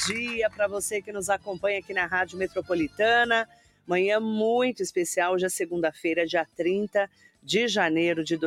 dia para você que nos acompanha aqui na Rádio Metropolitana. Manhã muito especial, hoje é segunda-feira, dia 30 de janeiro de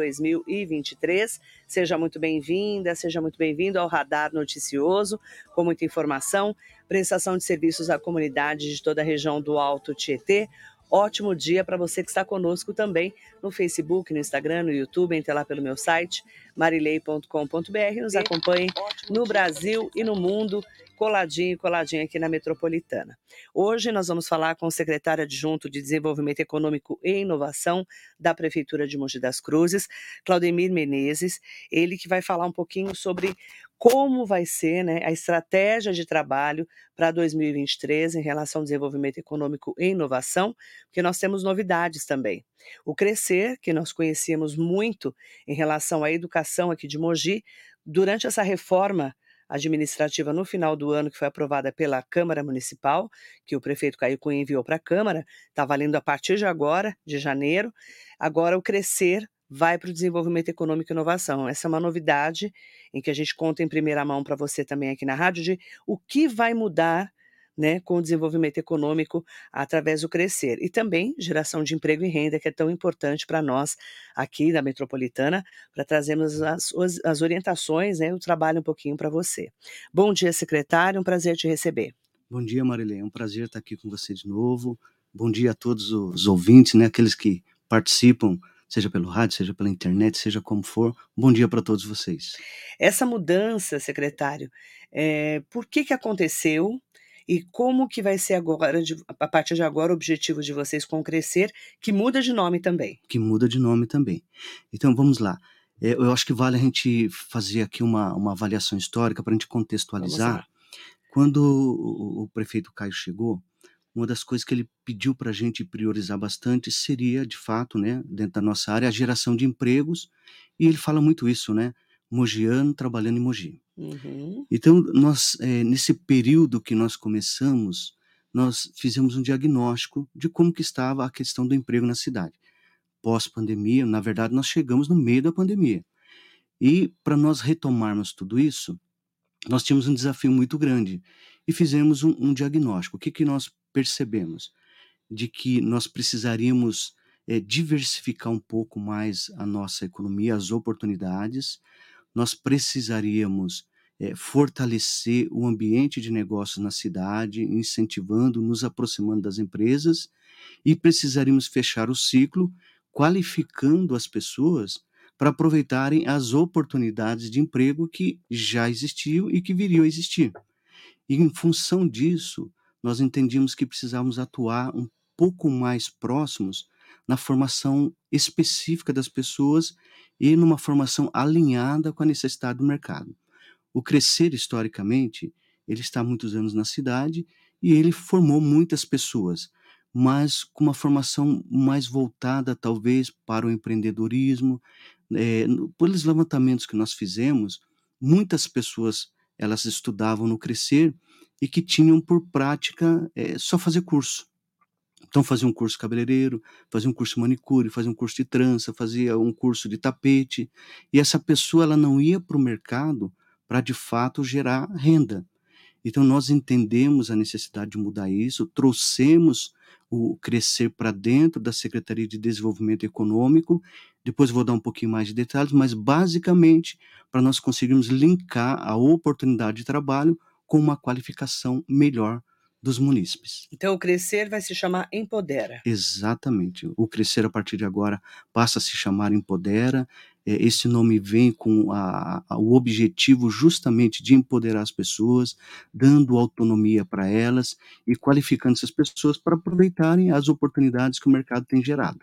2023. Seja muito bem-vinda, seja muito bem-vindo ao Radar Noticioso, com muita informação, prestação de serviços à comunidade de toda a região do Alto Tietê. Ótimo dia para você que está conosco também no Facebook, no Instagram, no YouTube. Entre lá pelo meu site, marilei.com.br. Nos acompanhe no Brasil e no mundo, coladinho aqui na Metropolitana. Hoje nós vamos falar com o secretário adjunto de Desenvolvimento Econômico e Inovação da Prefeitura de Mogi das Cruzes, Claudemir Menezes. Ele que vai falar um pouquinho sobre como vai ser, né, a estratégia de trabalho para 2023 em relação ao desenvolvimento econômico e inovação, porque nós temos novidades também. O Crescer, que nós conhecíamos muito em relação à educação aqui de Mogi, durante essa reforma administrativa no final do ano, que foi aprovada pela Câmara Municipal, que o prefeito Caio Cunha enviou para a Câmara, está valendo a partir de agora, de janeiro. Agora o Crescer vai para o desenvolvimento econômico e inovação. Essa é uma novidade em que a gente conta em primeira mão para você também aqui na rádio, de o que vai mudar, né, com o desenvolvimento econômico através do Crescer. E também geração de emprego e renda, que é tão importante para nós aqui da Metropolitana, para trazermos as orientações, né, o trabalho um pouquinho para você. Bom dia, secretário, um prazer te receber. Bom dia, Marilei, é um prazer estar aqui com você de novo. Bom dia a todos os ouvintes, né, aqueles que participam, seja pelo rádio, seja pela internet, seja como for. Bom dia para todos vocês. Essa mudança, secretário, por que aconteceu e como que vai ser agora, a partir de agora, o objetivo de vocês com o Crescer, que muda de nome também? Que muda de nome também. Então, vamos lá. Eu acho que vale a gente fazer aqui uma avaliação histórica para a gente contextualizar. Quando o prefeito Caio chegou, uma das coisas que ele pediu para a gente priorizar bastante seria, de fato, né, dentro da nossa área, a geração de empregos, e ele fala muito isso, né, mogiano trabalhando em Mogi. Uhum. Então, nós, nesse período que nós começamos, nós fizemos um diagnóstico de como que estava a questão do emprego na cidade. Pós-pandemia, na verdade, nós chegamos no meio da pandemia. E para nós retomarmos tudo isso, nós tínhamos um desafio muito grande e fizemos um diagnóstico. O que nós percebemos? De que nós precisaríamos diversificar um pouco mais a nossa economia, as oportunidades, nós precisaríamos fortalecer o ambiente de negócios na cidade, incentivando, nos aproximando das empresas, e precisaríamos fechar o ciclo, qualificando as pessoas para aproveitarem as oportunidades de emprego que já existiam e que viriam a existir. E em função disso, nós entendíamos que precisávamos atuar um pouco mais próximos na formação específica das pessoas e numa formação alinhada com a necessidade do mercado. O Crescer, historicamente, ele está há muitos anos na cidade e ele formou muitas pessoas, mas com uma formação mais voltada, talvez, para o empreendedorismo. Pelos levantamentos que nós fizemos, muitas pessoas elas estudavam no Crescer e que tinham por prática só fazer curso. Então fazia um curso cabeleireiro, fazia um curso de manicure, fazia um curso de trança, fazia um curso de tapete, e essa pessoa ela não ia para o mercado para de fato gerar renda. Então nós entendemos a necessidade de mudar isso, trouxemos o Crescer para dentro da Secretaria de Desenvolvimento Econômico, depois vou dar um pouquinho mais de detalhes, mas basicamente para nós conseguirmos linkar a oportunidade de trabalho com uma qualificação melhor dos munícipes. Então o Crescer vai se chamar Empodera. Exatamente. O Crescer, a partir de agora, passa a se chamar Empodera. Esse nome vem com o objetivo justamente de empoderar as pessoas, dando autonomia para elas e qualificando essas pessoas para aproveitarem as oportunidades que o mercado tem gerado.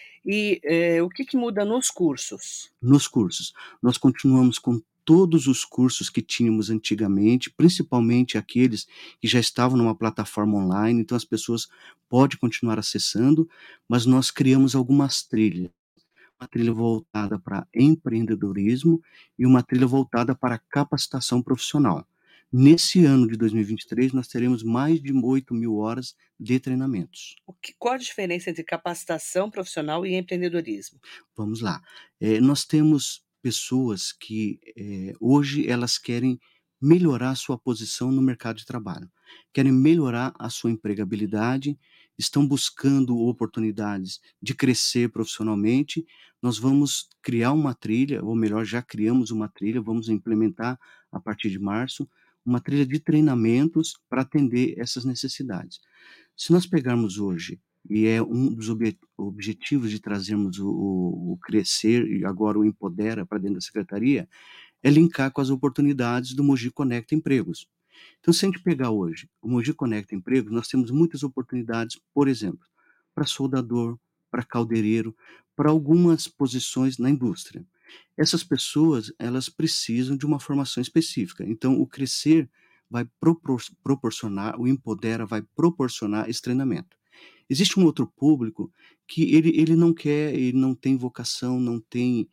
E o que muda nos cursos? Nos cursos, nós continuamos com todos os cursos que tínhamos antigamente, principalmente aqueles que já estavam numa plataforma online, então as pessoas podem continuar acessando, mas nós criamos algumas trilhas. Uma trilha voltada para empreendedorismo e uma trilha voltada para capacitação profissional. Nesse ano de 2023, nós teremos mais de 8.000 horas de treinamentos. Qual a diferença entre capacitação profissional e empreendedorismo? Vamos lá. Nós temos pessoas que hoje elas querem melhorar a sua posição no mercado de trabalho, querem melhorar a sua empregabilidade, estão buscando oportunidades de crescer profissionalmente. Nós vamos criar uma trilha, ou melhor, já criamos uma trilha, vamos implementar a partir de março, uma trilha de treinamentos para atender essas necessidades. Se nós pegarmos hoje, e é um dos objetivos de trazermos o Crescer e agora o Empodera para dentro da secretaria, é linkar com as oportunidades do Mogi Conecta Empregos. Então, se a gente pegar hoje o Mogi Conecta Empregos, nós temos muitas oportunidades, por exemplo, para soldador, para caldeireiro, para algumas posições na indústria. Essas pessoas, elas precisam de uma formação específica. Então, o Crescer vai proporcionar, o Empodera vai proporcionar esse treinamento. Existe um outro público que ele não quer, ele não tem vocação, não tem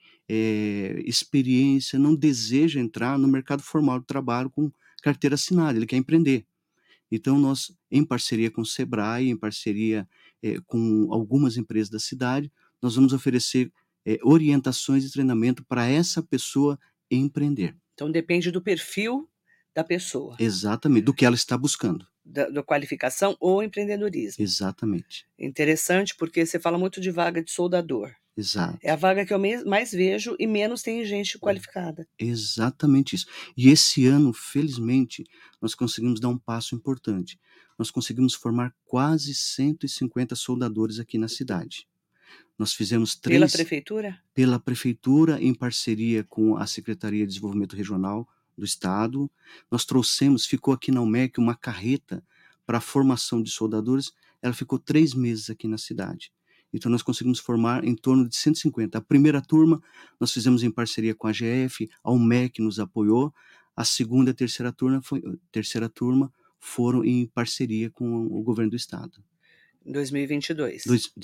experiência, não deseja entrar no mercado formal de trabalho com carteira assinada, ele quer empreender. Então nós, em parceria com o Sebrae, em parceria com algumas empresas da cidade, nós vamos oferecer orientações e treinamento para essa pessoa empreender. Então depende do perfil da pessoa. Exatamente, do que ela está buscando. Da qualificação ou empreendedorismo. Exatamente. Interessante, porque você fala muito de vaga de soldador. Exato. É a vaga que eu mais vejo e menos tem gente qualificada. Exatamente isso. E esse ano, felizmente, nós conseguimos dar um passo importante. Nós conseguimos formar quase 150 soldadores aqui na cidade. Nós fizemos Pela prefeitura? Pela prefeitura, em parceria com a Secretaria de Desenvolvimento Regional do Estado. Nós trouxemos, ficou aqui na UMEC uma carreta para a formação de soldadores. Ela ficou 3 meses aqui na cidade. Então nós conseguimos formar em torno de 150. A primeira turma nós fizemos em parceria com a AGF, a UMEC nos apoiou. A segunda e a terceira turma foram em parceria com o governo do estado. Em 2022.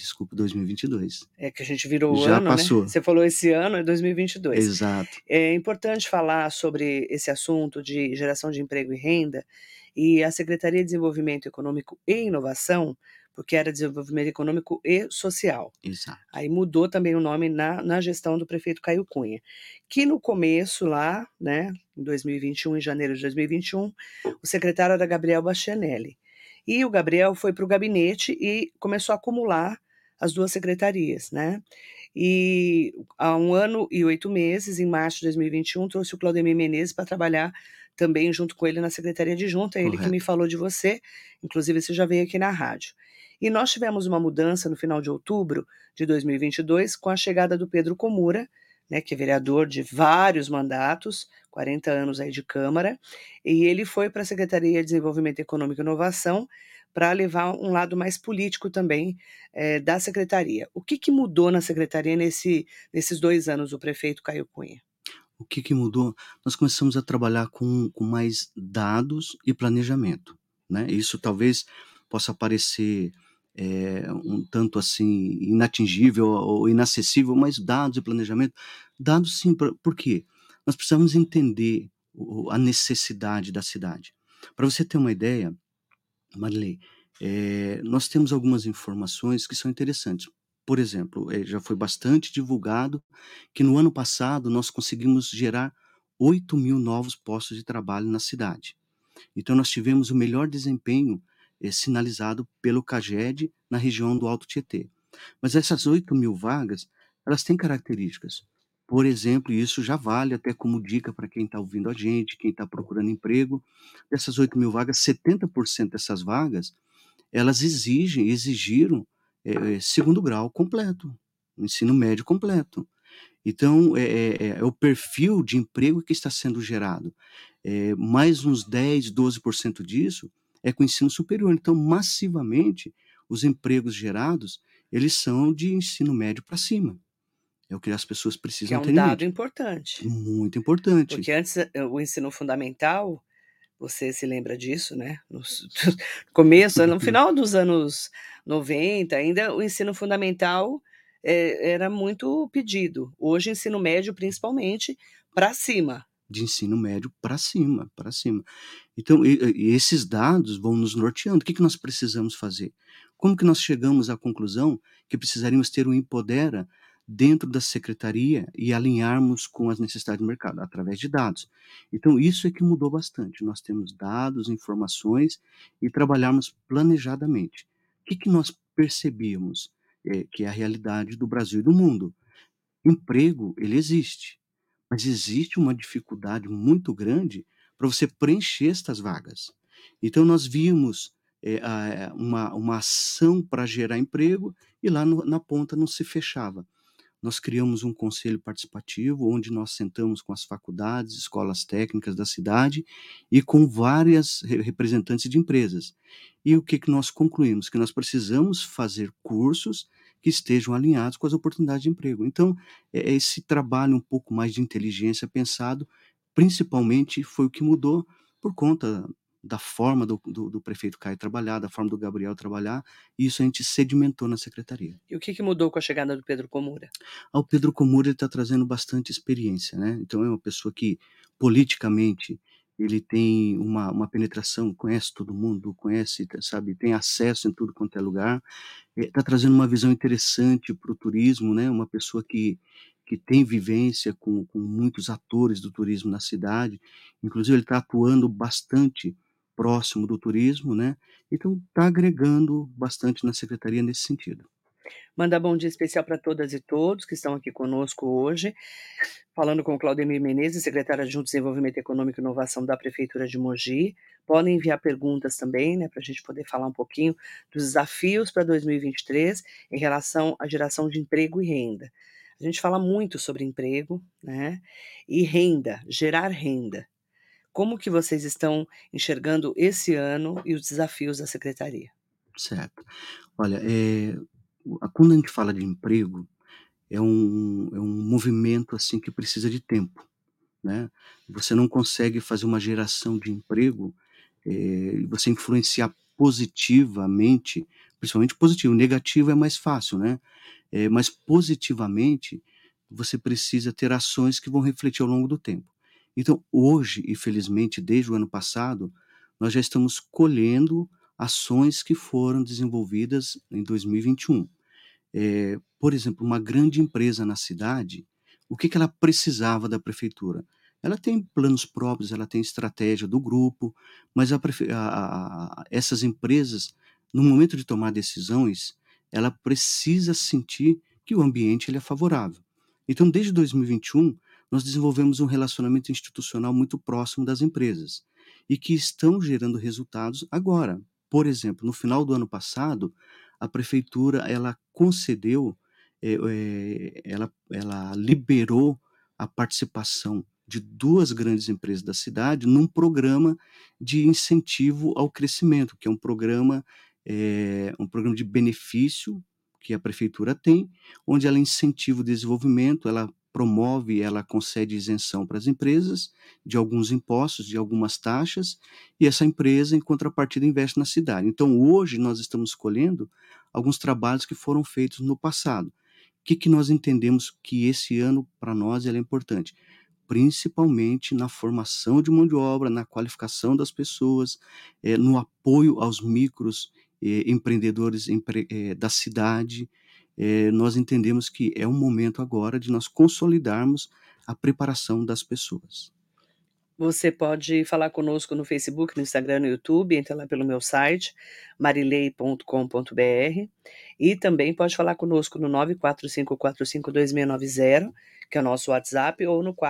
2022. É que a gente virou o Já ano, passou. Né? Você falou esse ano, é 2022. Exato. É importante falar sobre esse assunto de geração de emprego e renda, e a Secretaria de Desenvolvimento Econômico e Inovação, porque era Desenvolvimento Econômico e Social. Exato. Aí mudou também o nome na gestão do prefeito Caio Cunha, que no começo lá, né, em 2021, em janeiro de 2021, o secretário era Gabriel Bastianelli. E o Gabriel foi para o gabinete e começou a acumular as duas secretarias, né? E há 1 ano e 8 meses, em março de 2021, trouxe o Claudemir Menezes para trabalhar também junto com ele na Secretaria Adjunta, ele que me falou de você, inclusive você já veio aqui na rádio. E nós tivemos uma mudança no final de outubro de 2022 com a chegada do Pedro Komura, né, que é vereador de vários mandatos, 40 anos aí de Câmara, e ele foi para a Secretaria de Desenvolvimento Econômico e Inovação para levar um lado mais político também da Secretaria. O que mudou na Secretaria nesses 2 anos do prefeito Caio Cunha? O que mudou? Nós começamos a trabalhar com mais dados e planejamento, né? Isso talvez possa parecer um tanto assim inatingível ou inacessível, mas dados e planejamento, dados sim, por quê? Nós precisamos entender a necessidade da cidade. Para você ter uma ideia, Marilei, nós temos algumas informações que são interessantes. Por exemplo, já foi bastante divulgado que no ano passado nós conseguimos gerar 8.000 novos postos de trabalho na cidade. Então nós tivemos o melhor desempenho sinalizado pelo CAGED na região do Alto Tietê. Mas essas 8.000 vagas, elas têm características. Por exemplo, e isso já vale até como dica para quem está ouvindo a gente, quem está procurando emprego, dessas 8.000 vagas, 70% dessas vagas, elas exigiram segundo grau completo, ensino médio completo. Então, é o perfil de emprego que está sendo gerado. Mais uns 10, 12% disso é com ensino superior. Então, massivamente, os empregos gerados, eles são de ensino médio para cima. É o que as pessoas precisam ter em mente. Que é um dado importante. Muito importante. Porque antes, o ensino fundamental, você se lembra disso, né? No começo, no final dos anos 90, ainda o ensino fundamental era muito pedido. Hoje, ensino médio, principalmente, para cima. De ensino médio para cima, para cima. Então, e esses dados vão nos norteando. O que nós precisamos fazer? Como que nós chegamos à conclusão que precisaríamos ter um Empodera dentro da secretaria e alinharmos com as necessidades do mercado, através de dados. Então, isso é que mudou bastante. Nós temos dados, informações e trabalharmos planejadamente. O que nós percebíamos? Que é a realidade do Brasil e do mundo. Emprego, ele existe, mas existe uma dificuldade muito grande para você preencher estas vagas. Então nós vimos, uma ação para gerar emprego e lá na ponta não se fechava. Nós criamos um conselho participativo, onde nós sentamos com as faculdades, escolas técnicas da cidade e com várias representantes de empresas. E o que nós concluímos? Que nós precisamos fazer cursos que estejam alinhados com as oportunidades de emprego. Então, esse trabalho um pouco mais de inteligência pensado, principalmente foi o que mudou por conta da forma do prefeito Caio trabalhar, da forma do Gabriel trabalhar, e isso a gente sedimentou na secretaria. E o que mudou com a chegada do Pedro Comura? O Pedro Comura está trazendo bastante experiência, né? Então é uma pessoa que, politicamente, ele tem uma penetração, conhece todo mundo, conhece, sabe, tem acesso em tudo quanto é lugar. Está trazendo uma visão interessante para o turismo, né? Uma pessoa que tem vivência com muitos atores do turismo na cidade. Inclusive, ele está atuando bastante próximo do turismo, né? Então, está agregando bastante na secretaria nesse sentido. Mandar bom dia especial para todas e todos que estão aqui conosco hoje, falando com o Claudemir Menezes, secretário adjunto de Desenvolvimento Econômico e Inovação da Prefeitura de Mogi. Podem enviar perguntas também, né, para a gente poder falar um pouquinho dos desafios para 2023 em relação à geração de emprego e renda. A gente fala muito sobre emprego, né, e renda, gerar renda. Como que vocês estão enxergando esse ano e os desafios da secretaria? Certo. Olha, quando a gente fala de emprego, é um movimento, assim, que precisa de tempo, né. Você não consegue fazer uma geração de emprego, e você influenciar positivamente, principalmente positivo, negativo é mais fácil, né. Mas positivamente, você precisa ter ações que vão refletir ao longo do tempo. Então, hoje, e felizmente desde o ano passado, nós já estamos colhendo ações que foram desenvolvidas em 2021. Por exemplo, uma grande empresa na cidade, o que ela precisava da prefeitura? Ela tem planos próprios, ela tem estratégia do grupo, mas essas empresas, no momento de tomar decisões, ela precisa sentir que o ambiente ele é favorável. Então, desde 2021, nós desenvolvemos um relacionamento institucional muito próximo das empresas e que estão gerando resultados agora. Por exemplo, no final do ano passado, a prefeitura ela concedeu, ela liberou a participação de 2 grandes empresas da cidade num programa de incentivo ao crescimento, que é um programa de benefício que a prefeitura tem, onde ela incentiva o desenvolvimento, ela promove, ela concede isenção para as empresas de alguns impostos, de algumas taxas, e essa empresa, em contrapartida, investe na cidade. Então, hoje, nós estamos colhendo alguns trabalhos que foram feitos no passado. O que nós entendemos que esse ano, para nós, ele é importante? Principalmente na formação de mão de obra, na qualificação das pessoas, no apoio aos micros empreendedores da cidade. Nós entendemos que é um momento agora de nós consolidarmos a preparação das pessoas. Você pode falar conosco no Facebook, no Instagram, no YouTube, entra lá pelo meu site, marilei.com.br, e também pode falar conosco no 945452690, que é o nosso WhatsApp, ou no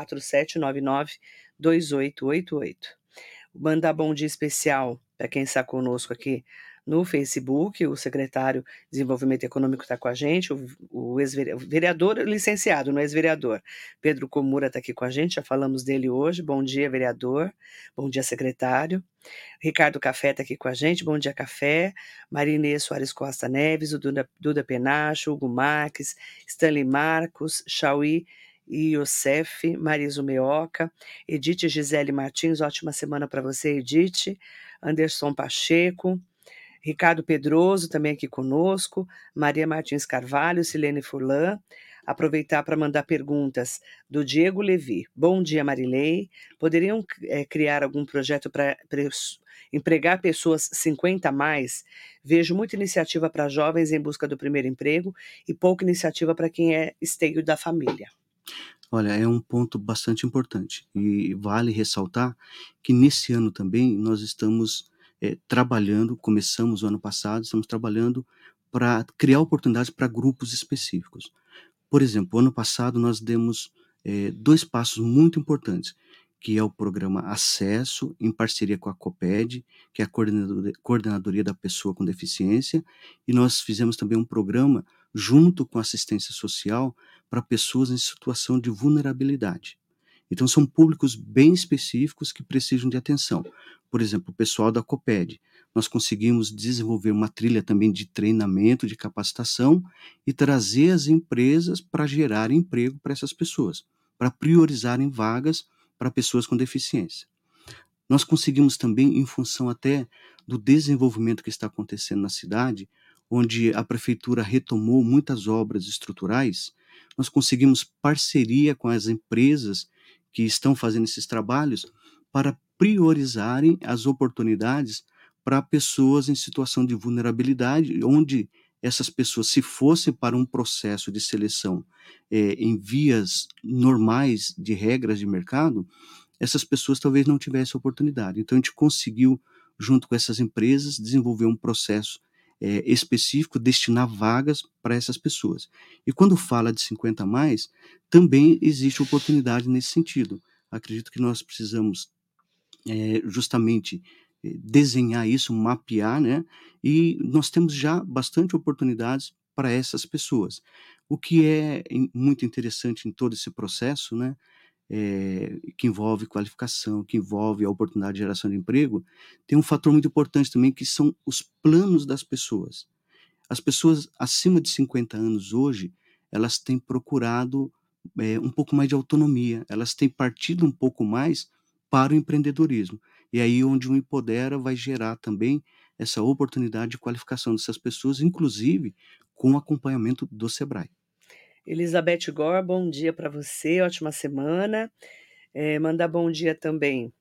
47992888. Mandar bom dia especial para quem está conosco aqui no Facebook, o secretário de Desenvolvimento Econômico está com a gente, o ex-vereador licenciado, não é ex-vereador. Pedro Comura está aqui com a gente, já falamos dele hoje. Bom dia, vereador. Bom dia, secretário. Ricardo Café está aqui com a gente. Bom dia, Café. Marinê Soares Costa Neves, o Duda Penacho, Hugo Marques, Stanley Marcos, Chauí e Youssef, Mariso Meoca, Edith Gisele Martins, ótima semana para você, Edith. Anderson Pacheco, Ricardo Pedroso também aqui conosco, Maria Martins Carvalho, Silene Furlan. Aproveitar para mandar perguntas do Diego Levi. Bom dia, Marilei. Poderiam criar algum projeto para empregar pessoas 50 a mais? Vejo muita iniciativa para jovens em busca do primeiro emprego e pouca iniciativa para quem é esteio da família. Olha, é um ponto bastante importante e vale ressaltar que nesse ano também nós estamos trabalhando, começamos o ano passado, estamos trabalhando para criar oportunidades para grupos específicos. Por exemplo, ano passado nós demos 2 passos muito importantes, que é o programa Acesso, em parceria com a Coped, que é a Coordenadoria da Pessoa com Deficiência, e nós fizemos também um programa junto com a assistência social para pessoas em situação de vulnerabilidade. Então são públicos bem específicos que precisam de atenção. Por exemplo, o pessoal da Coped, nós conseguimos desenvolver uma trilha também de treinamento, de capacitação e trazer as empresas para gerar emprego para essas pessoas, para priorizarem vagas para pessoas com deficiência. Nós conseguimos também, em função até do desenvolvimento que está acontecendo na cidade, onde a prefeitura retomou muitas obras estruturais, nós conseguimos parceria com as empresas que estão fazendo esses trabalhos para priorizarem as oportunidades para pessoas em situação de vulnerabilidade, onde essas pessoas, se fossem para um processo de seleção em vias normais de regras de mercado, essas pessoas talvez não tivessem oportunidade. Então a gente conseguiu, junto com essas empresas, desenvolver um processo específico, destinar vagas para essas pessoas. E quando fala de 50 a mais, também existe oportunidade nesse sentido. Acredito que nós precisamos justamente desenhar isso, mapear, né? E nós temos já bastante oportunidades para essas pessoas. O que é muito interessante em todo esse processo, né? Que envolve qualificação, que envolve a oportunidade de geração de emprego, tem um fator muito importante também, que são os planos das pessoas. As pessoas acima de 50 anos hoje, elas têm procurado um pouco mais de autonomia, elas têm partido um pouco mais para o empreendedorismo. E aí onde o Empodera vai gerar também essa oportunidade de qualificação dessas pessoas, inclusive com o acompanhamento do Sebrae. Elizabeth Gore, bom dia para você, ótima semana. Mandar bom dia também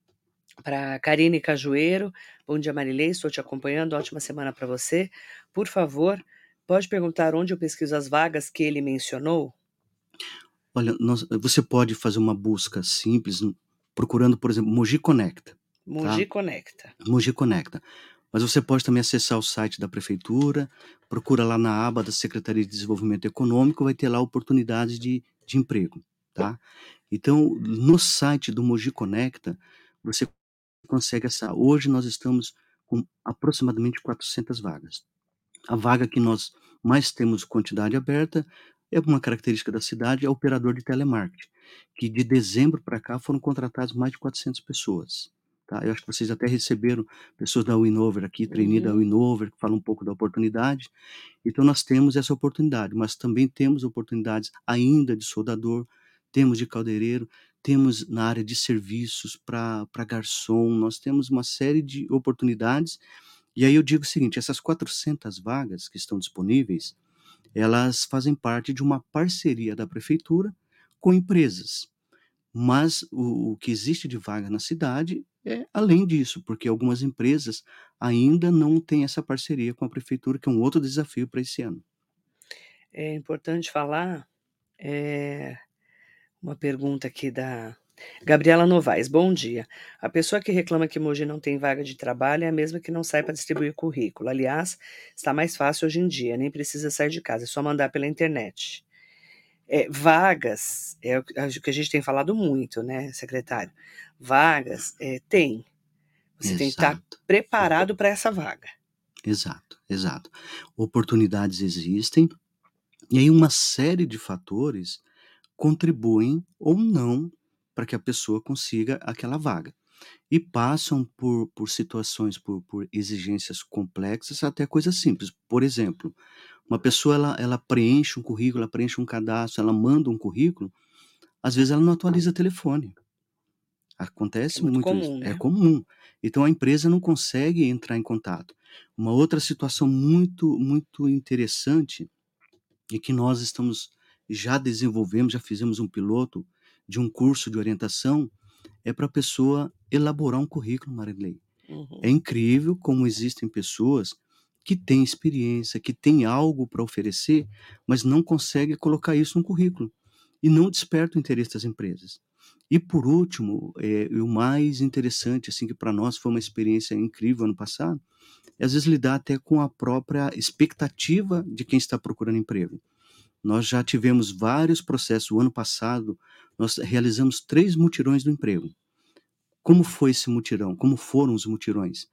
para Karine Cajueiro. Bom dia, Marilei, estou te acompanhando, ótima semana para você. Por favor, pode perguntar onde eu pesquiso as vagas que ele mencionou? Olha, você pode fazer uma busca simples, procurando, por exemplo, Mogi Conecta. Tá? Mogi Conecta. Mogi Conecta. Mas você pode também acessar o site da prefeitura, procura lá na aba da Secretaria de Desenvolvimento Econômico, vai ter lá oportunidades de emprego, tá? Então, no site do Mogi Conecta, você consegue acessar. Hoje nós estamos com aproximadamente 400 vagas. A vaga que nós mais temos quantidade aberta é uma característica da cidade, é operador de telemarketing, que de dezembro para cá foram contratadas mais de 400 pessoas. Tá? Eu acho que vocês até receberam pessoas da Winover aqui, trainee da Winover, que falam um pouco da oportunidade. Então nós temos essa oportunidade, mas também temos oportunidades ainda de soldador, temos de caldeireiro, temos na área de serviços para garçom, nós temos uma série de oportunidades. E aí eu digo o seguinte, essas 400 vagas que estão disponíveis, elas fazem parte de uma parceria da prefeitura com empresas. Mas o que existe de vaga na cidade é além disso, porque algumas empresas ainda não têm essa parceria com a prefeitura, que é um outro desafio para esse ano. É importante falar, uma pergunta aqui da Gabriela Novaes. Bom dia. A pessoa que reclama que Mogi não tem vaga de trabalho é a mesma que não sai para distribuir currículo. Aliás, está mais fácil hoje em dia, nem precisa sair de casa, é só mandar pela internet. Vagas, é o que a gente tem falado muito, né, secretário? Vagas, tem. Você tem que estar Exato, preparado para essa vaga. exato, exato. Oportunidades existem, e aí uma série de fatores contribuem ou não para que a pessoa consiga aquela vaga. E passam por situações, por exigências complexas, até coisas simples. Por exemplo, uma pessoa ela preenche um currículo, ela preenche um cadastro, ela manda um currículo, às vezes ela não atualiza telefone. É Acontece muito muito isso, comum, é né? comum. Então a empresa não consegue entrar em contato. Uma outra situação muito interessante e que nós já fizemos um piloto de um curso de orientação, é para a pessoa elaborar um currículo, Marilei. É Uhum. incrível como existem pessoas que têm experiência, que têm algo para oferecer, mas não conseguem colocar isso no currículo e não desperta o interesse das empresas. E por último, o mais interessante, assim, que para nós foi uma experiência incrível ano passado, é às vezes lidar até com a própria expectativa de quem está procurando emprego. Nós já tivemos vários processos. O ano passado, nós realizamos 3 mutirões do emprego. Como foi esse mutirão? Como foram os mutirões?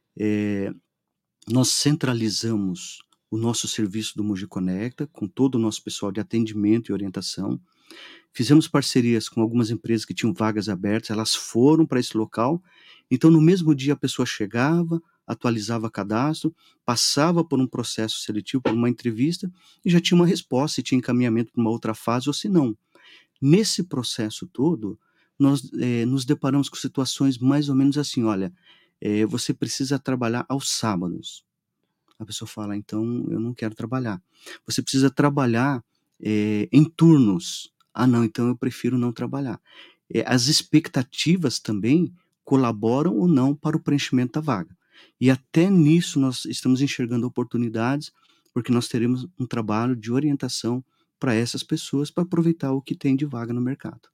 Nós centralizamos o nosso serviço do Mogi Conecta, com todo o nosso pessoal de atendimento e orientação. Fizemos parcerias com algumas empresas que tinham vagas abertas, elas foram para esse local. Então, no mesmo dia, a pessoa chegava, atualizava cadastro, passava por um processo seletivo, por uma entrevista, e já tinha uma resposta, se tinha encaminhamento para uma outra fase ou se não. Nesse processo todo, nós nos deparamos com situações mais ou menos assim: olha, você precisa trabalhar aos sábados. A pessoa fala: então eu não quero trabalhar. Você precisa trabalhar em turnos. Ah, não, então eu prefiro não trabalhar. As expectativas também colaboram ou não para o preenchimento da vaga. E até nisso nós estamos enxergando oportunidades, porque nós teremos um trabalho de orientação para essas pessoas, para aproveitar o que tem de vaga no mercado.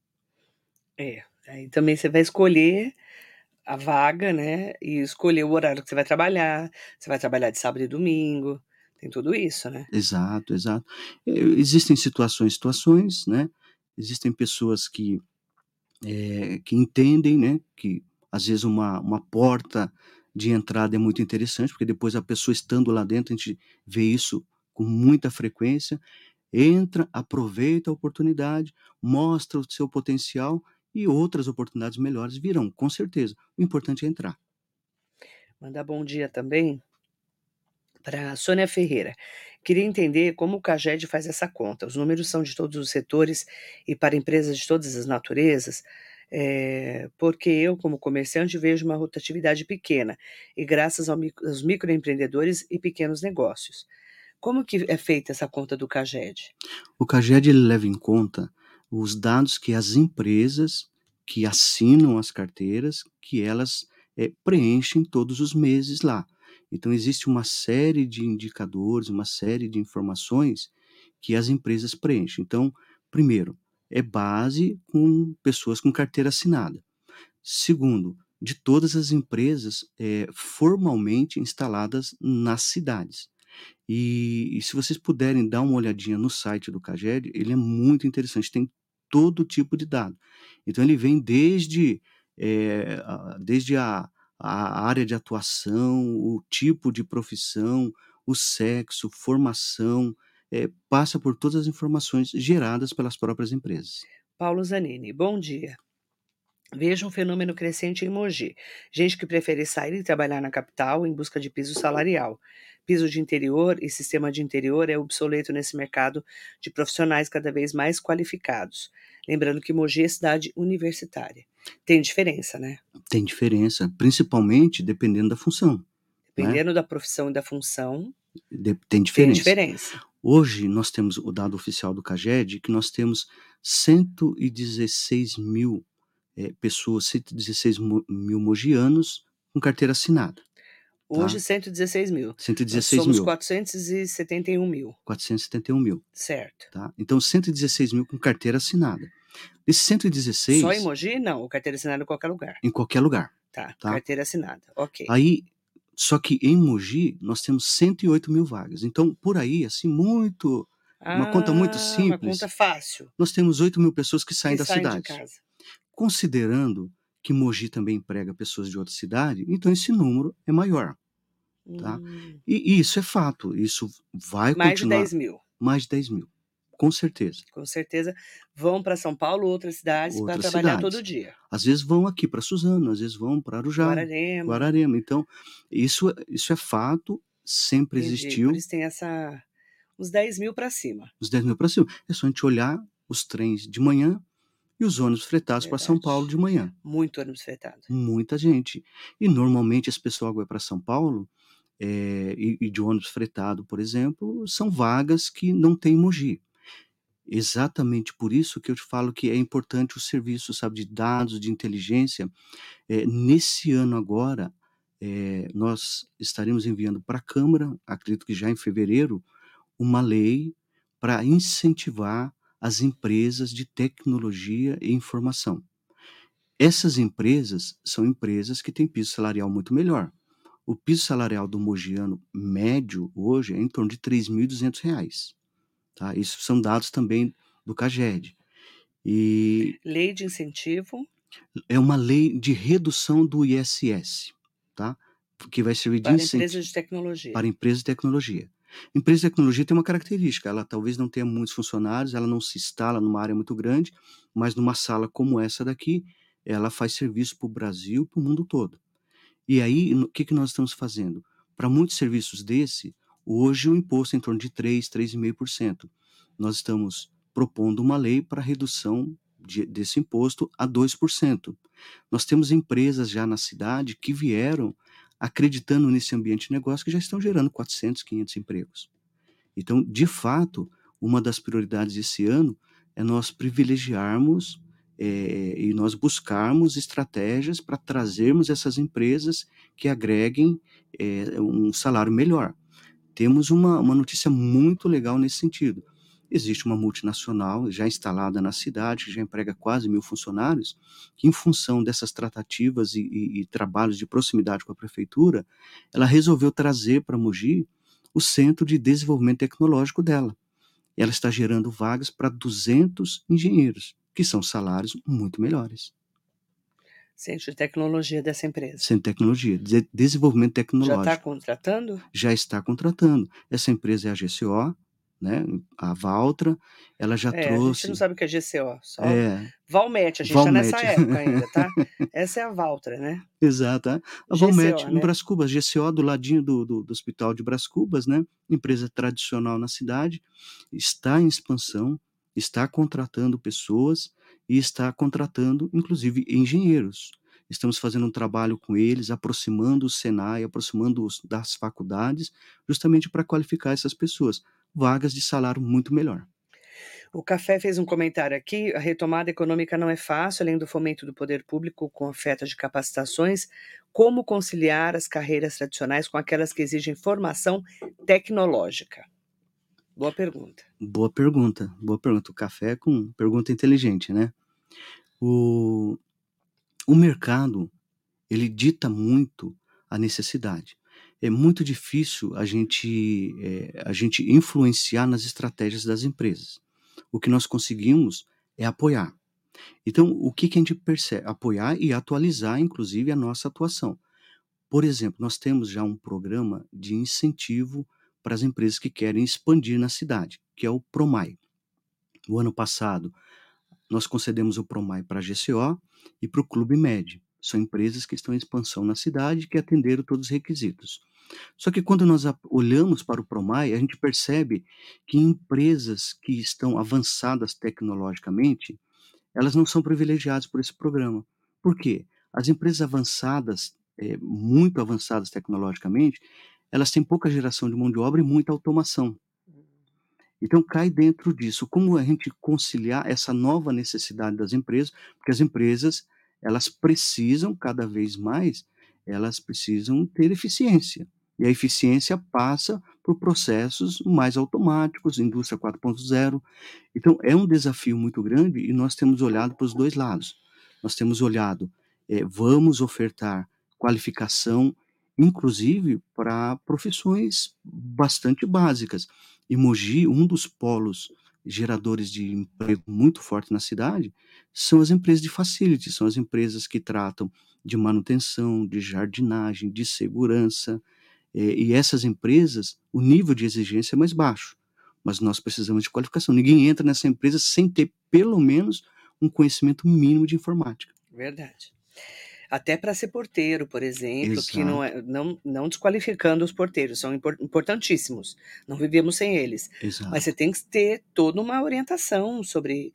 Aí também você vai escolher a vaga, né, e escolher o horário que você vai trabalhar de sábado e domingo, tem tudo isso, né. Exato, exato. Existem situações, né? Existem pessoas que entendem, né, que às vezes uma porta de entrada é muito interessante, porque depois a pessoa estando lá dentro, a gente vê isso com muita frequência, entra, aproveita a oportunidade, mostra o seu potencial e outras oportunidades melhores virão, com certeza. O importante é entrar. Mandar bom dia também para Sônia Ferreira. Queria entender como o Caged faz essa conta. Os números são de todos os setores e para empresas de todas as naturezas, porque eu, como comerciante, vejo uma rotatividade pequena e graças aos microempreendedores e pequenos negócios. Como que é feita essa conta do Caged? O CAGED ele leva em conta os dados que as empresas que assinam as carteiras, que elas preenchem todos os meses lá. Então, existe uma série de indicadores, uma série de informações que as empresas preenchem. Então, primeiro, é base com pessoas com carteira assinada. Segundo, de todas as empresas formalmente instaladas nas cidades. E se vocês puderem dar uma olhadinha no site do Caged, ele é muito interessante, tem todo tipo de dado. Então ele vem desde a área de atuação, o tipo de profissão, o sexo, formação, passa por todas as informações geradas pelas próprias empresas. Paulo Zanini, bom dia. Vejo um fenômeno crescente em Mogi. Gente que prefere sair e trabalhar na capital em busca de piso salarial. Piso de interior e sistema de interior é obsoleto nesse mercado de profissionais cada vez mais qualificados. Lembrando que Mogi é cidade universitária. Tem diferença, né? Tem diferença, principalmente dependendo da função, né? Dependendo da profissão e da função, Tem tem diferença. diferença. Hoje nós temos o dado oficial do Caged, que nós temos 116 mil pessoas, 116 mil mogianos com carteira assinada, Hoje, tá? 116 mil. Nós 116 somos mil, 471 mil. 471 mil, Certo. tá? Então, 116 mil com carteira assinada. Desses Só em 116, Mogi? Não, o carteira assinada em qualquer lugar. em qualquer lugar, Tá, tá? carteira assinada. Ok. Aí, só que em Mogi, nós temos 108 mil vagas. Então, por aí, assim, uma conta muito Ah, uma conta simples, fácil, nós temos 8 mil pessoas que saem que da saem de cidade. casa. Considerando que Mogi também emprega pessoas de outra cidade, então esse número é maior, tá? Hum, E isso é fato, isso vai mais de continuar 10 mil, mais de 10 mil, com certeza. com certeza vão para São Paulo ou outras cidades para Outras trabalhar todo cidades. dia. Às vezes vão aqui para Suzano, às vezes vão para Arujá, Guararema, Guararema. Então, isso é fato, sempre entendi. Por existiu, isso tem essa uns 10 mil para cima, os 10 mil para cima. É só a gente olhar os trens de manhã e os ônibus fretados para São Paulo verdade. de manhã. Muito ônibus fretado. Muita gente. E normalmente esse pessoal que vai para São Paulo, e de ônibus fretado, por exemplo, são vagas que não tem em Mogi. Exatamente por isso que eu te falo que é importante o serviço, sabe, de dados, de inteligência. Nesse ano agora, nós estaremos enviando para a Câmara, acredito que já em fevereiro, uma lei para incentivar as empresas de tecnologia e informação. Essas empresas são empresas que têm piso salarial muito melhor. O piso salarial do mogiano médio hoje é em torno de R$ 3.200, tá? Isso são dados também do CAGED. E Lei de incentivo é uma lei de redução do ISS, tá? Que vai servir de para incentivo empresas de tecnologia. para empresas de tecnologia. Empresa de tecnologia tem uma característica, ela talvez não tenha muitos funcionários, ela não se instala numa área muito grande, mas numa sala como essa daqui, ela faz serviço para o Brasil, para o mundo todo. E aí, o que nós estamos fazendo? Para muitos serviços desse, hoje o imposto é em torno de 3,5%. Nós estamos propondo uma lei para redução desse imposto a 2%. Nós temos empresas já na cidade que vieram acreditando nesse ambiente de negócio que já estão gerando 400, 500 empregos. Então, de fato, uma das prioridades esse ano é nós privilegiarmos e nós buscarmos estratégias para trazermos essas empresas que agreguem um salário melhor. Temos uma notícia muito legal nesse sentido. Existe uma multinacional já instalada na cidade, que já emprega quase 1.000 funcionários, que em função dessas tratativas e trabalhos de proximidade com a prefeitura, ela resolveu trazer para Mogi o centro de desenvolvimento tecnológico dela. Ela está gerando vagas para 200 engenheiros, que são salários muito melhores. Centro de tecnologia dessa empresa. Centro de tecnologia, desenvolvimento Já está tecnológico. contratando? Já está contratando. Essa empresa é a GCO, né? A Valtra, ela já A gente não trouxe. sabe o que é GCO, só É, Valmet, a gente está nessa Valmet. época ainda, tá? Essa é a Valtra, né? Exato. A Valmet, GCO, em né? Brás Cubas, GCO, do ladinho do Hospital de Brás Cubas, né? Empresa tradicional na cidade, está em expansão, está contratando pessoas e está contratando, inclusive, engenheiros. Estamos fazendo um trabalho com eles, aproximando o Senai, aproximando-os das faculdades, justamente para qualificar essas pessoas. Vagas de salário muito melhor. O Café fez um comentário aqui: a retomada econômica não é fácil, além do fomento do poder público com oferta de capacitações. Como conciliar as carreiras tradicionais com aquelas que exigem formação tecnológica? Boa pergunta. Boa pergunta, boa pergunta. O Café com pergunta inteligente, né? O mercado, ele dita muito a necessidade. É muito difícil a gente influenciar nas estratégias das empresas. O que nós conseguimos é apoiar. Então, o que a gente percebe? Apoiar e atualizar, inclusive, a nossa atuação. Por exemplo, nós temos já um programa de incentivo para as empresas que querem expandir na cidade, que é o PROMAI. O ano passado, nós concedemos o PROMAI para a GCO e para o Clube Med. São empresas que estão em expansão na cidade e que atenderam todos os requisitos. Só que quando nós olhamos para o PROMAI, a gente percebe que empresas que estão avançadas tecnologicamente, elas não são privilegiadas por esse programa. Por quê? As empresas avançadas, muito avançadas tecnologicamente, elas têm pouca geração de mão de obra e muita automação. Então cai dentro disso, como a gente conciliar essa nova necessidade das empresas, porque as empresas, elas precisam cada vez mais, elas precisam ter eficiência. E a eficiência passa por processos mais automáticos, indústria 4.0. Então é um desafio muito grande e nós temos olhado para os dois lados. Nós temos olhado, vamos ofertar qualificação, inclusive para profissões bastante básicas. E Mogi, um dos polos geradores de emprego muito forte na cidade, são as empresas de facility, são as empresas que tratam de manutenção, de jardinagem, de segurança, e essas empresas, o nível de exigência é mais baixo, mas nós precisamos de qualificação. Ninguém entra nessa empresa sem ter pelo menos um conhecimento mínimo de informática. Verdade. Até para ser porteiro, por exemplo, que Exato, não desqualificando os porteiros, são importantíssimos, não vivemos sem eles. Mas você exato. tem que ter toda uma orientação sobre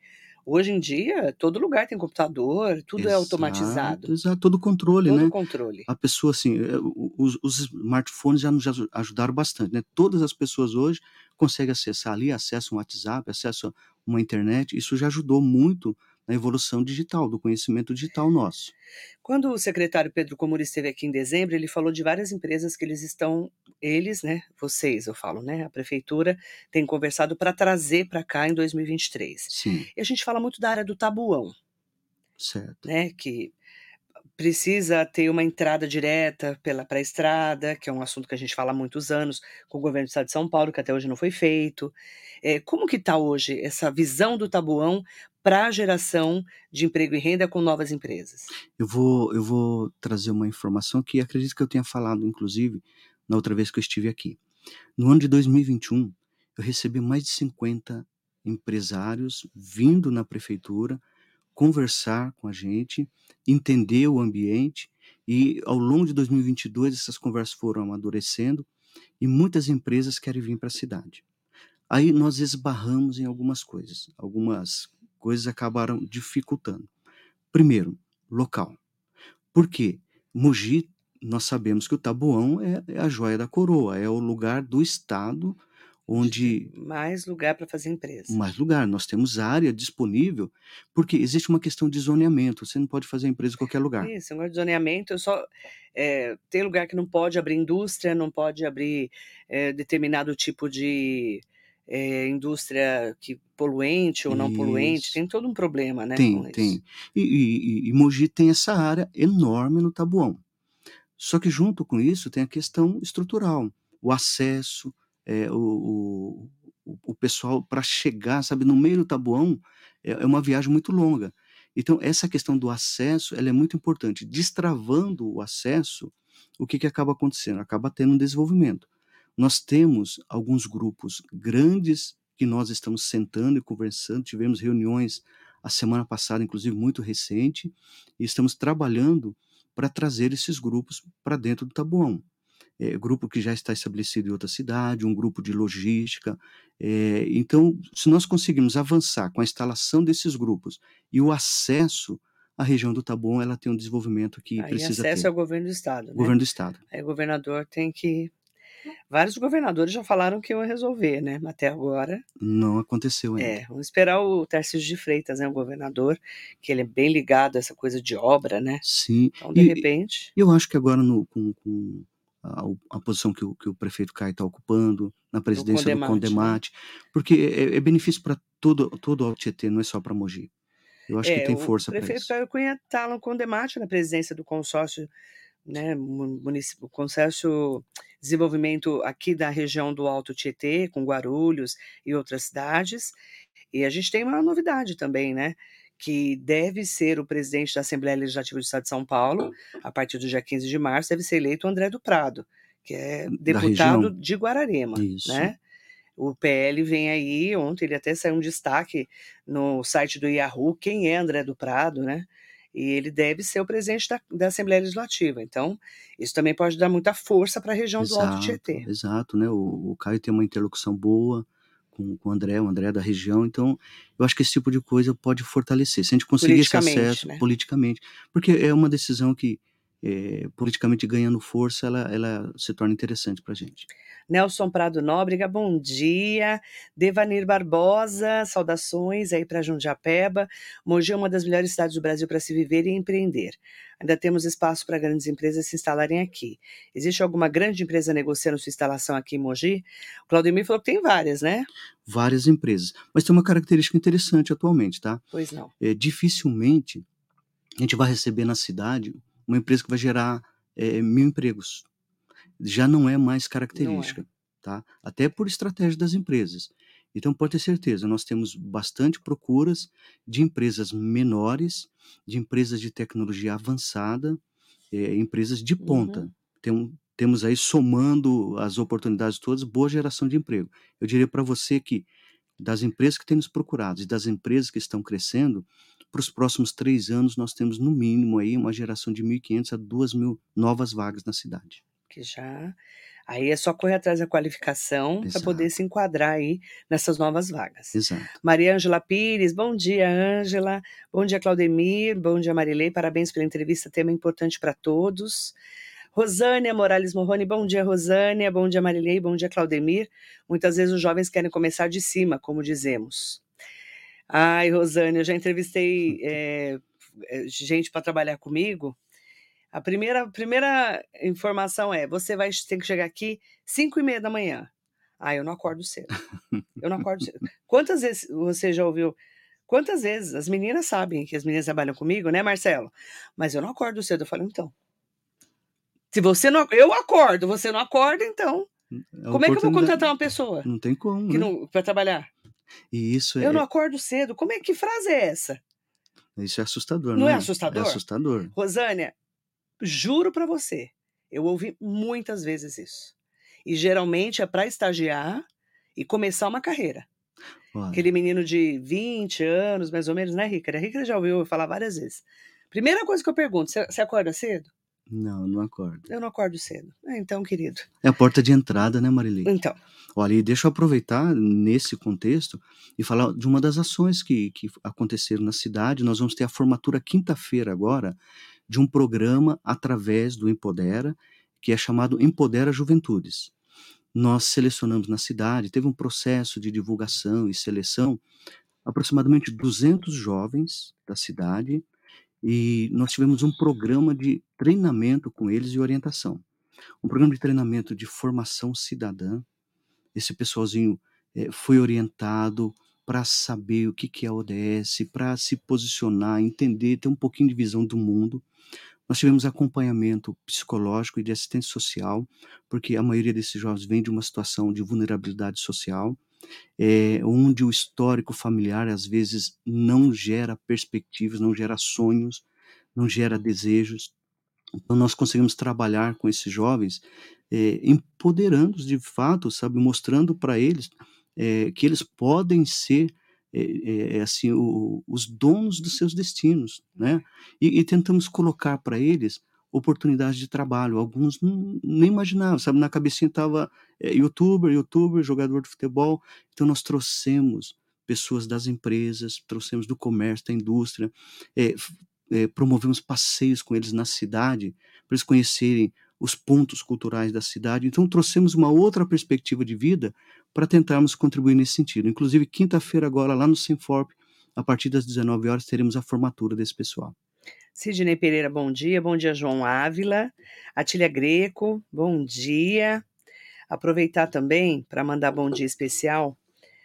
Hoje em dia, todo lugar tem computador, tudo é automatizado, Exato, exato, todo o controle, todo o né. controle. A pessoa, assim, os smartphones já nos ajudaram bastante, né. Todas as pessoas hoje conseguem acessar ali, acessam o WhatsApp, acessam uma internet, isso já ajudou muito na evolução digital, do conhecimento digital nosso. Quando o secretário Pedro Comuri esteve aqui em dezembro, ele falou de várias empresas que eles, né, vocês eu falo, né, a prefeitura tem conversado para trazer para cá em 2023. Sim, E a gente fala muito da área do Tabuão, certo. né, que precisa ter uma entrada direta para a estrada, que é um assunto que a gente fala há muitos anos com o governo do estado de São Paulo, que até hoje não foi feito. Como que está hoje essa visão do Tabuão para a geração de emprego e renda com novas empresas? Eu vou trazer uma informação que acredito que eu tenha falado, inclusive, na outra vez que eu estive aqui. No ano de 2021, eu recebi mais de 50 empresários vindo na prefeitura conversar com a gente, entender o ambiente e ao longo de 2022 essas conversas foram amadurecendo e muitas empresas querem vir para a cidade. Aí nós esbarramos em algumas coisas acabaram dificultando. Primeiro, local. Por quê? Mogi, nós sabemos que o Taboão é a joia da coroa, é o lugar do estado De ter onde mais lugar para fazer empresa. mais lugar, nós temos área disponível, porque existe uma questão de zoneamento, você não pode fazer empresa em qualquer lugar. Isso, negócio de zoneamento, eu só tem lugar que não pode abrir indústria, não pode abrir, determinado tipo de, indústria que poluente ou não poluente, Isso. tem todo um problema, né, Tem, com isso. tem. E Mogi tem essa área enorme no Taboão. Só que junto com isso tem a questão estrutural, o acesso, o pessoal para chegar, sabe, no meio do Taboão, é uma viagem muito longa. Então essa questão do acesso, ela é muito importante. Destravando o acesso, o que que acaba acontecendo? Acaba tendo um desenvolvimento. Nós temos alguns grupos grandes que nós estamos sentando e conversando, tivemos reuniões a semana passada, inclusive muito recente, e estamos trabalhando para trazer esses grupos para dentro do Taboão. Grupo que já está estabelecido em outra cidade, um grupo de logística. Então, se nós conseguirmos avançar com a instalação desses grupos e o acesso, a região do Taboão ela tem um desenvolvimento que Aí precisa acesso ter. ao governo do estado, né. Governo do estado. Aí o governador tem que vários governadores já falaram que iam resolver, né, até agora Não aconteceu ainda. vamos esperar o Tarcísio de Freitas, né, o governador, que ele é bem ligado a essa coisa de obra, né, Sim, então de e repente eu acho que agora com a posição que o prefeito Caio está ocupando, na do presidência do Condemate, né. Condemate, porque é benefício para todo o Alto Tietê, não é só para Mogi. Eu acho que tem O força para prefeito isso. Caio Cunha está no Condemate, na presidência do consórcio, né, o consórcio desenvolvimento aqui da região do Alto Tietê, com Guarulhos e outras cidades. E a gente tem uma novidade também, né, que deve ser o presidente da Assembleia Legislativa do Estado de São Paulo, a partir do dia 15 de março, deve ser eleito o André do Prado, que é Da deputado região? de Guararema, Isso. né. O PL vem aí, ontem ele até saiu um destaque no site do Yahoo, quem é André do Prado, né, e ele deve ser o presidente da Assembleia Legislativa, então, isso também pode dar muita força para a região do Alto Exato, Tietê. exato, né, o Caio tem uma interlocução boa com o André é da região, então eu acho que esse tipo de coisa pode fortalecer, se a gente conseguir esse Politicamente, acesso né. politicamente, porque é uma decisão que, politicamente ganhando força, ela se torna interessante pra gente. Nelson Prado Nóbrega, bom dia. Devanir Barbosa, saudações aí para Jundiapeba. Mogi é uma das melhores cidades do Brasil para se viver e empreender. Ainda temos espaço para grandes empresas se instalarem aqui. Existe alguma grande empresa negociando sua instalação aqui em Mogi? O Claudemir falou que tem várias, né? Várias empresas, mas tem uma característica interessante atualmente, tá, Pois não, dificilmente a gente vai receber na cidade uma empresa que vai gerar, 1000 empregos. Já não é mais não é. característica, tá? Até por estratégia das empresas. Então pode ter certeza, nós temos bastante procuras de empresas menores, de empresas de tecnologia avançada, empresas de ponta. Uhum. Temos aí, somando as oportunidades todas, boa geração de emprego. Eu diria para você que das empresas que têm nos procurado e das empresas que estão crescendo, para os próximos 3 anos nós temos no mínimo aí uma geração de 1.500 a 2.000 novas vagas na cidade. Que já Aí é só correr atrás da qualificação para poder Exato, se enquadrar aí nessas novas vagas. exato. Maria Ângela Pires, bom dia, Ângela. Bom dia, Claudemir. Bom dia, Marilei. Parabéns pela entrevista, tema importante para todos. Rosânia Morales Morrone, bom dia, Rosânia. Bom dia, Marilei. Bom dia, Claudemir. Muitas vezes os jovens querem começar de cima, como dizemos. Ai, Rosânia, eu já entrevistei gente para trabalhar comigo. A primeira informação é: você vai ter que chegar aqui 5:30 da manhã. Ah, eu não acordo cedo. Eu não acordo cedo. Quantas vezes você já ouviu? Quantas vezes? As meninas sabem que as meninas trabalham comigo, né, Marcelo? Mas eu não acordo cedo. Eu falo, então. Se você não. Eu acordo, você não acorda, então. É Como é que eu vou oportunidade. contratar uma pessoa Não tem como, que né? não para trabalhar? E Eu não acordo cedo. Como é que frase é essa? isso é assustador, Não não é é? É assustador? assustador. Rosânia, juro para você, eu ouvi muitas vezes isso. E geralmente é para estagiar e começar uma carreira. Aquele Olha, menino de 20 anos, mais ou menos, né, Ricardo? A Ricardo já ouviu eu falar várias vezes. Primeira coisa que eu pergunto, você acorda cedo? não acordo. Eu não acordo cedo. Então, querido. É a porta de entrada, né, Marilei? Então, Olha, e deixa eu aproveitar nesse contexto e falar de uma das ações que aconteceram na cidade. Nós vamos ter a formatura quinta-feira agora de um programa através do Empodera, que é chamado Empodera Juventudes. Nós selecionamos na cidade, teve um processo de divulgação e seleção, aproximadamente 200 jovens da cidade, e nós tivemos um programa de treinamento com eles e orientação. Um programa de treinamento de formação cidadã. Esse pessoalzinho foi orientado para saber o que que é a ODS, para se posicionar, entender, ter um pouquinho de visão do mundo. Nós tivemos acompanhamento psicológico e de assistência social, porque a maioria desses jovens vem de uma situação de vulnerabilidade social, onde o histórico familiar às vezes não gera perspectivas, não gera sonhos, não gera desejos. Então nós conseguimos trabalhar com esses jovens, empoderando-os de fato, sabe, mostrando para eles, que eles podem ser, assim, os donos dos seus destinos, né. E tentamos colocar para eles oportunidades de trabalho, alguns nem imaginavam, sabe, na cabecinha estava, youtuber, jogador de futebol. Então nós trouxemos pessoas das empresas, trouxemos do comércio, da indústria, eh, promovemos passeios com eles na cidade, para eles conhecerem os pontos culturais da cidade. Então, trouxemos uma outra perspectiva de vida para tentarmos contribuir nesse sentido. Inclusive, quinta-feira, agora, lá no Sinforp, a partir das 19 horas, teremos a formatura desse pessoal. Sidney Pereira, bom dia. Bom dia, João Ávila. Atília Greco, bom dia. Aproveitar também para mandar bom dia especial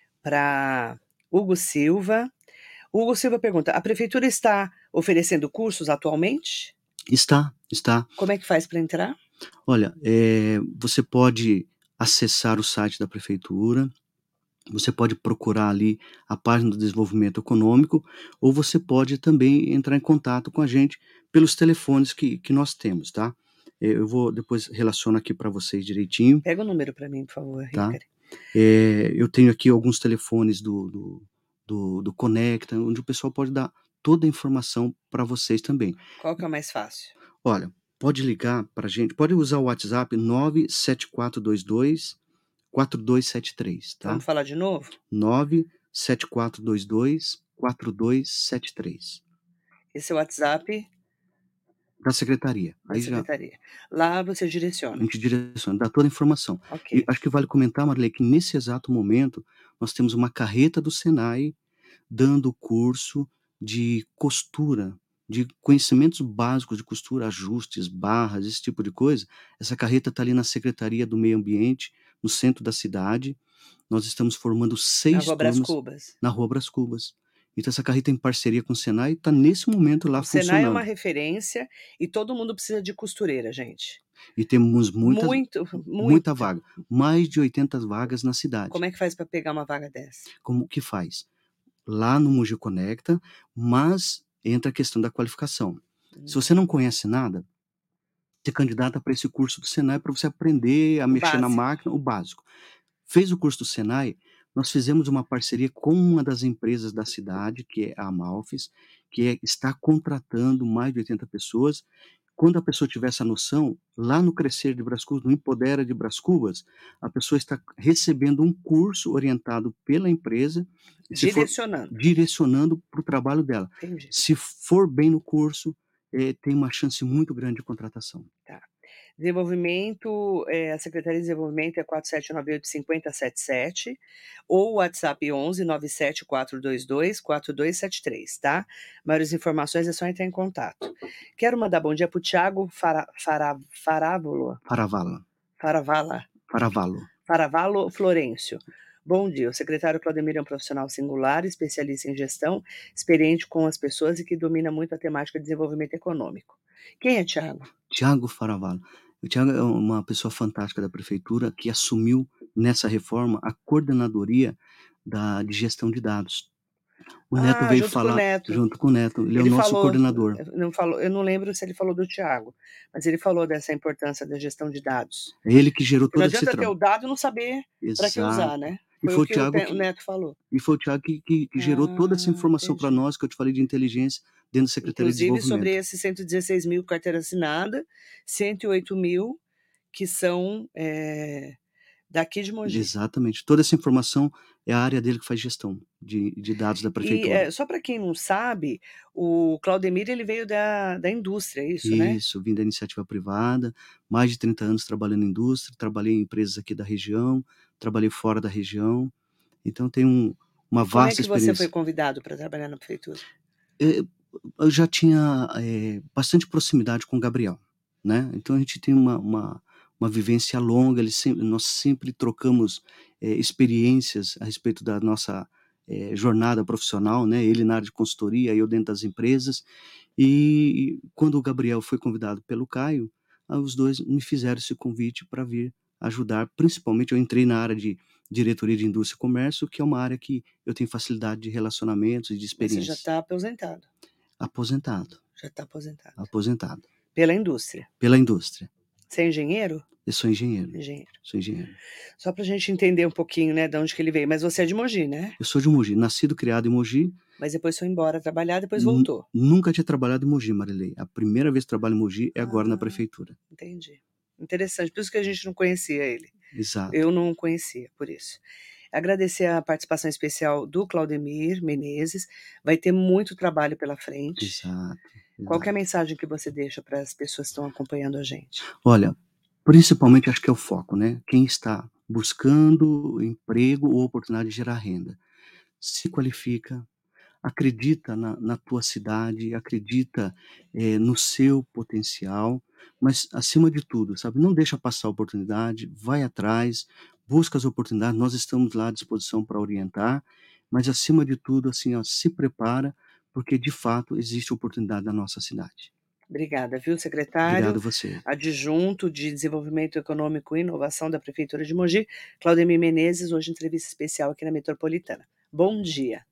para Hugo Silva. Hugo Silva pergunta: a prefeitura está oferecendo cursos atualmente? Está. Como é que faz para entrar? Olha, você pode acessar o site da prefeitura, você pode procurar ali a página do desenvolvimento econômico, ou você pode também entrar em contato com a gente pelos telefones que nós temos, tá? Eu vou depois relaciono aqui para vocês direitinho, Pega o número para mim, por favor, tá? Ricardo. Eu tenho aqui alguns telefones do Conecta, onde o pessoal pode dar toda a informação para vocês também. Qual que é o mais fácil? Olha, pode ligar para a gente, pode usar o WhatsApp 97422 4273, tá? Vamos falar de novo? 97422 4273. Esse é o WhatsApp Da secretaria. da Aí já secretaria. Lá você a direciona. gente direciona, dá toda a informação. E Ok. acho que vale comentar, Marilei, que nesse exato momento nós temos uma carreta do Senai dando curso de costura, de conhecimentos básicos de costura, ajustes, barras, esse tipo de coisa. Essa carreta está ali na Secretaria do Meio Ambiente, no centro da cidade. Nós estamos formando Na 6 Rua Brás turmas Cubas. na Rua Brás Cubas. Então essa carreta em parceria com o Senai está nesse momento lá O Senai é uma funcionando. referência e todo mundo precisa de costureira, gente. E temos Muito, muita muita. vaga, mais de 80 vagas na cidade. Como é que faz para pegar uma vaga dessa? Como que faz? Lá no Mogi Conecta, mas entra a questão da qualificação. Se você não conhece nada, se candidata para esse curso do Senai para você aprender a O mexer na básico. máquina, o básico. Fez o curso do Senai, nós fizemos uma parceria com uma das empresas da cidade, que é a Amalfis, está contratando mais de 80 pessoas quando a pessoa tiver essa noção, lá no Crescer de Brás Cubas, no Empodera de Brás Cubas, a pessoa está recebendo um curso orientado pela empresa, e se for Direcionando. direcionando para o trabalho dela. Entendi. Se for bem no curso, tem uma chance muito grande de contratação. Tá. Desenvolvimento, a Secretaria de Desenvolvimento é 4798-5077 ou o WhatsApp 11 974224273, tá? Maiores informações é só entrar em contato. Quero mandar bom dia para o Thiago Faravolo. Faravala. Faravala. Faravalo. Faravalo Florencio. Bom dia, o secretário Claudemir é um profissional singular, especialista em gestão, experiente com as pessoas e que domina muito a temática de desenvolvimento econômico. Quem é Thiago? Thiago Faravala. O Thiago é uma pessoa fantástica da prefeitura que assumiu nessa reforma a coordenadoria de gestão de dados. O Neto veio Junto com o falar Neto. junto com o Neto, ele é o Ele nosso falou, coordenador. eu não lembro se ele falou do Thiago, mas ele falou dessa importância da gestão de dados. É ele que gerou Porque não todo esse adianta ter o trabalho. dado e não saber para que usar, Exato. né? E Foi foi o o que Thiago o Neto falou. que gerou toda essa informação para Entendi. nós, que eu te falei de inteligência, dentro da Secretaria de Inclusive, sobre Desenvolvimento. esses 116 mil carteira assinada, 108 mil que são daqui de Mogi. Exatamente. Toda essa informação é a área dele que faz gestão de dados da prefeitura. E só para quem não sabe, o Claudemir ele veio da indústria, é isso, né? Isso, vim da iniciativa privada, mais de 30 anos trabalhando em indústria, trabalhei em empresas aqui da região, trabalhei fora da região, então tenho uma Como é vasta que você foi experiência. convidado para trabalhar na prefeitura? Eu já tinha bastante proximidade com o Gabriel, né? Então a gente tem uma vivência longa, nós sempre trocamos experiências a respeito da nossa jornada profissional, né? Ele na área de consultoria, eu dentro das empresas. E quando o Gabriel foi convidado pelo Caio, os dois me fizeram esse convite para vir ajudar. Principalmente eu entrei na área de diretoria de indústria e comércio, que é uma área que eu tenho facilidade de relacionamentos e de Mas você já experiência. está aposentado. Aposentado. Já está aposentado. Aposentado. Pela indústria. Pela indústria. Você é engenheiro? Eu sou engenheiro. Engenheiro. Sou engenheiro. Só para a gente entender um pouquinho, né, de onde que ele veio. Mas você é de Mogi, né? Eu sou de Mogi, nascido e criado em Mogi. Mas depois foi embora trabalhar, depois voltou. Nunca tinha trabalhado em Mogi, Marilei. A primeira vez que trabalho em Mogi é agora na prefeitura. Entendi. Interessante, por isso que a gente não conhecia ele. Exato. Eu não conhecia, por isso. Agradecer a participação especial do Claudemir Menezes. Vai ter muito trabalho pela frente. Exato. Qual que é a mensagem que você deixa para as pessoas que estão acompanhando a gente? Olha, principalmente acho que é o foco, né? Quem está buscando emprego ou oportunidade de gerar renda, se qualifica, acredita na tua cidade, acredita no seu potencial, mas acima de tudo, sabe, não deixa passar a oportunidade, vai atrás, busca as oportunidades, nós estamos lá à disposição para orientar, mas acima de tudo, assim, ó, se prepara, porque de fato existe oportunidade na nossa cidade. Obrigada, viu, secretário? Obrigado a você. Adjunto de Desenvolvimento Econômico e Inovação da Prefeitura de Mogi, Claudemir Menezes, hoje entrevista especial aqui na Metropolitana. Bom dia.